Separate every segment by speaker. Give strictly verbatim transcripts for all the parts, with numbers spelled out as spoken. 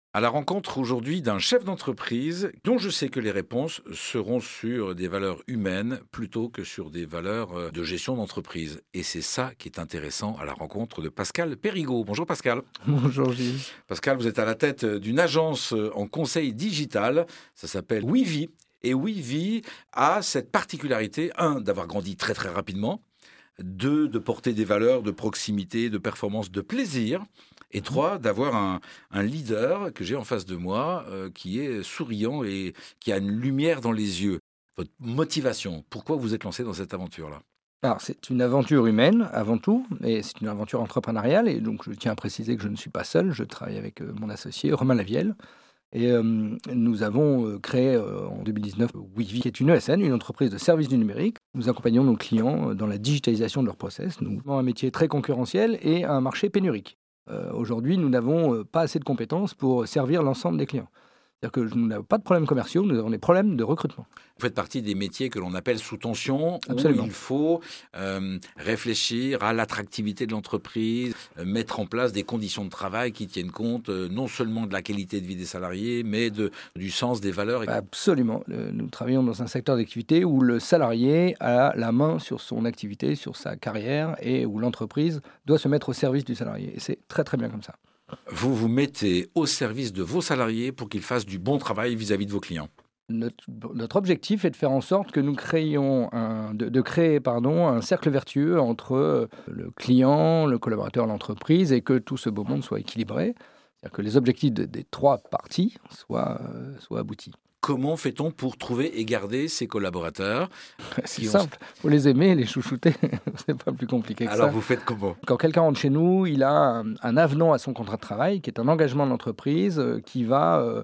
Speaker 1: À la rencontre aujourd'hui d'un chef d'entreprise dont je sais que les réponses seront sur des valeurs humaines plutôt que sur des valeurs euh, de gestion d'entreprise. Et c'est ça qui est intéressant à la rencontre de Pascal Périgot. Bonjour Pascal.
Speaker 2: Bonjour Gilles.
Speaker 1: Pascal, vous êtes à la tête d'une agence en conseil digital. Ça s'appelle Weavy. Et Weavy a cette particularité, un, d'avoir grandi très très rapidement, deux, de porter des valeurs de proximité, de performance, de plaisir. Et trois, d'avoir un, un leader que j'ai en face de moi euh, qui est souriant et qui a une lumière dans les yeux. Votre motivation, pourquoi vous êtes lancé dans cette aventure-là ?
Speaker 2: Alors, c'est une aventure humaine avant tout, et c'est une aventure entrepreneuriale. Et donc, je tiens à préciser que je ne suis pas seul. Je travaille avec euh, mon associé, Romain Lavielle. Et euh, nous avons euh, créé euh, en deux mille dix-neuf Weavy, qui est une E S N, une entreprise de services du numérique. Nous accompagnons nos clients dans la digitalisation de leurs process. Nous avons un métier très concurrentiel et un marché pénurique. Euh, aujourd'hui, nous n'avons euh, pas assez de compétences pour servir l'ensemble des clients. C'est-à-dire que nous n'avons pas de problèmes commerciaux, nous avons des problèmes de recrutement.
Speaker 1: Vous faites partie des métiers que l'on appelle sous tension,
Speaker 2: Absolument.
Speaker 1: Où il faut euh, réfléchir à l'attractivité de l'entreprise, euh, mettre en place des conditions de travail qui tiennent compte euh, non seulement de la qualité de vie des salariés, mais de, du sens des valeurs.
Speaker 2: Absolument. Le, nous travaillons dans un secteur d'activité où le salarié a la main sur son activité, sur sa carrière, et où l'entreprise doit se mettre au service du salarié. Et c'est très très bien comme ça.
Speaker 1: Vous vous mettez au service de vos salariés pour qu'ils fassent du bon travail vis-à-vis de vos clients.
Speaker 2: Notre, notre objectif est de faire en sorte que nous créions un, de, de créer pardon, un cercle vertueux entre le client, le collaborateur, l'entreprise, et que tout ce beau monde soit équilibré. C'est-à-dire que les objectifs de, des trois parties soient, euh, soient aboutis.
Speaker 1: Comment fait-on pour trouver et garder ses collaborateurs ?
Speaker 2: C'est simple, il faut les aimer, les chouchouter, c'est pas plus compliqué que
Speaker 1: Alors, ça. Alors vous faites comment ?
Speaker 2: Quand quelqu'un rentre chez nous, il a un, un avenant à son contrat de travail, qui est un engagement de l'entreprise, euh, qui va euh,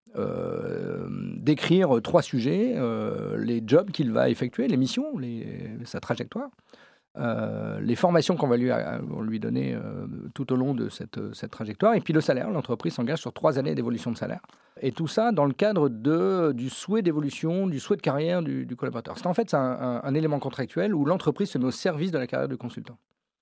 Speaker 2: euh, décrire trois sujets, euh, les jobs qu'il va effectuer, les missions, les, sa trajectoire, euh, les formations qu'on va lui, lui donner euh, tout au long de cette, cette trajectoire, et puis le salaire. L'entreprise s'engage sur trois années d'évolution de salaire. Et tout ça dans le cadre de, du souhait d'évolution, du souhait de carrière du, du collaborateur. C'est en fait c'est un, un, un élément contractuel où l'entreprise se met au service de la carrière du consultant.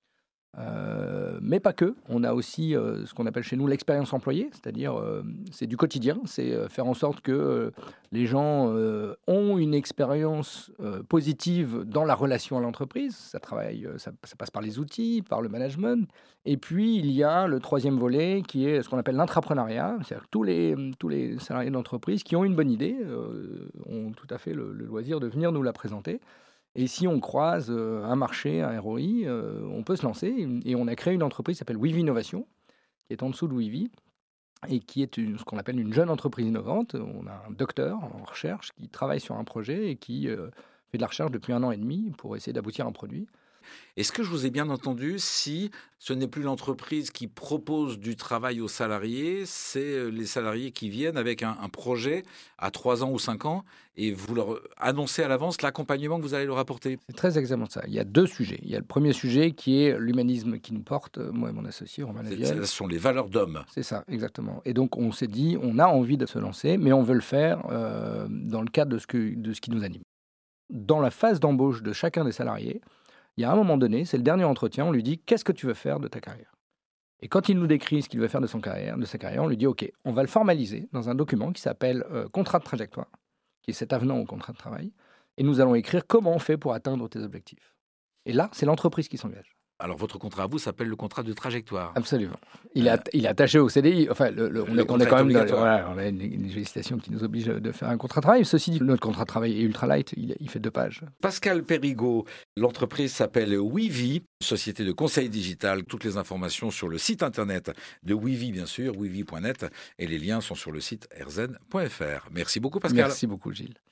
Speaker 2: Euh, mais pas que. On a aussi euh, ce qu'on appelle chez nous l'expérience employée, c'est-à-dire euh, c'est du quotidien, c'est euh, faire en sorte que euh, les gens euh, ont une expérience euh, positive dans la relation à l'entreprise. Ça travaille, euh, ça, ça passe par les outils, par le management. Et puis il y a le troisième volet qui est ce qu'on appelle l'intrapreneuriat, c'est-à-dire que tous les tous les salariés d'entreprise qui ont une bonne idée euh, ont tout à fait le, le loisir de venir nous la présenter. Et si on croise euh, un marché, un R O I, euh, on peut se lancer. Et on a créé une entreprise qui s'appelle Weavy Innovation, qui est en dessous de Weavy, et qui est une, ce qu'on appelle une jeune entreprise innovante. On a un docteur en recherche qui travaille sur un projet et qui euh, fait de la recherche depuis un an et demi pour essayer d'aboutir à un produit.
Speaker 1: Est-ce que je vous ai bien entendu, si ce n'est plus l'entreprise qui propose du travail aux salariés, c'est les salariés qui viennent avec un, un projet à trois ans ou cinq ans et vous leur annoncez à l'avance l'accompagnement que vous allez leur apporter ?
Speaker 2: C'est très exactement ça. Il y a deux sujets. Il y a le premier sujet qui est l'humanisme qui nous porte, moi et mon associé Romain Lavielle.
Speaker 1: Ce sont les valeurs d'homme.
Speaker 2: C'est ça, exactement. Et donc on s'est dit, on a envie de se lancer, mais on veut le faire euh, dans le cadre de ce, que, de ce qui nous anime. Dans la phase d'embauche de chacun des salariés, il y a un moment donné, c'est le dernier entretien, on lui dit « Qu'est-ce que tu veux faire de ta carrière ?» Et quand il nous décrit ce qu'il veut faire de, son carrière, de sa carrière, on lui dit « Ok, on va le formaliser dans un document qui s'appelle euh, « Contrat de trajectoire », qui est cet avenant au contrat de travail, et nous allons écrire comment on fait pour atteindre tes objectifs. » Et là, c'est l'entreprise qui s'engage.
Speaker 1: Alors, votre contrat à vous s'appelle le contrat de trajectoire.
Speaker 2: Absolument. Il, euh, est, il est attaché au C D I. Enfin, le, le, on,
Speaker 1: le
Speaker 2: est, on est quand même dans, voilà, on a une, une législation qui nous oblige de faire un contrat de travail. Ceci dit, notre contrat de travail est ultra light. Il, il fait deux pages.
Speaker 1: Pascal Périgot, l'entreprise s'appelle Weavy, société de conseil digital. Toutes les informations sur le site internet de Weavy, bien sûr, weavy point net. Et les liens sont sur le site erzen point f r. Merci beaucoup, Pascal.
Speaker 2: Merci beaucoup, Gilles.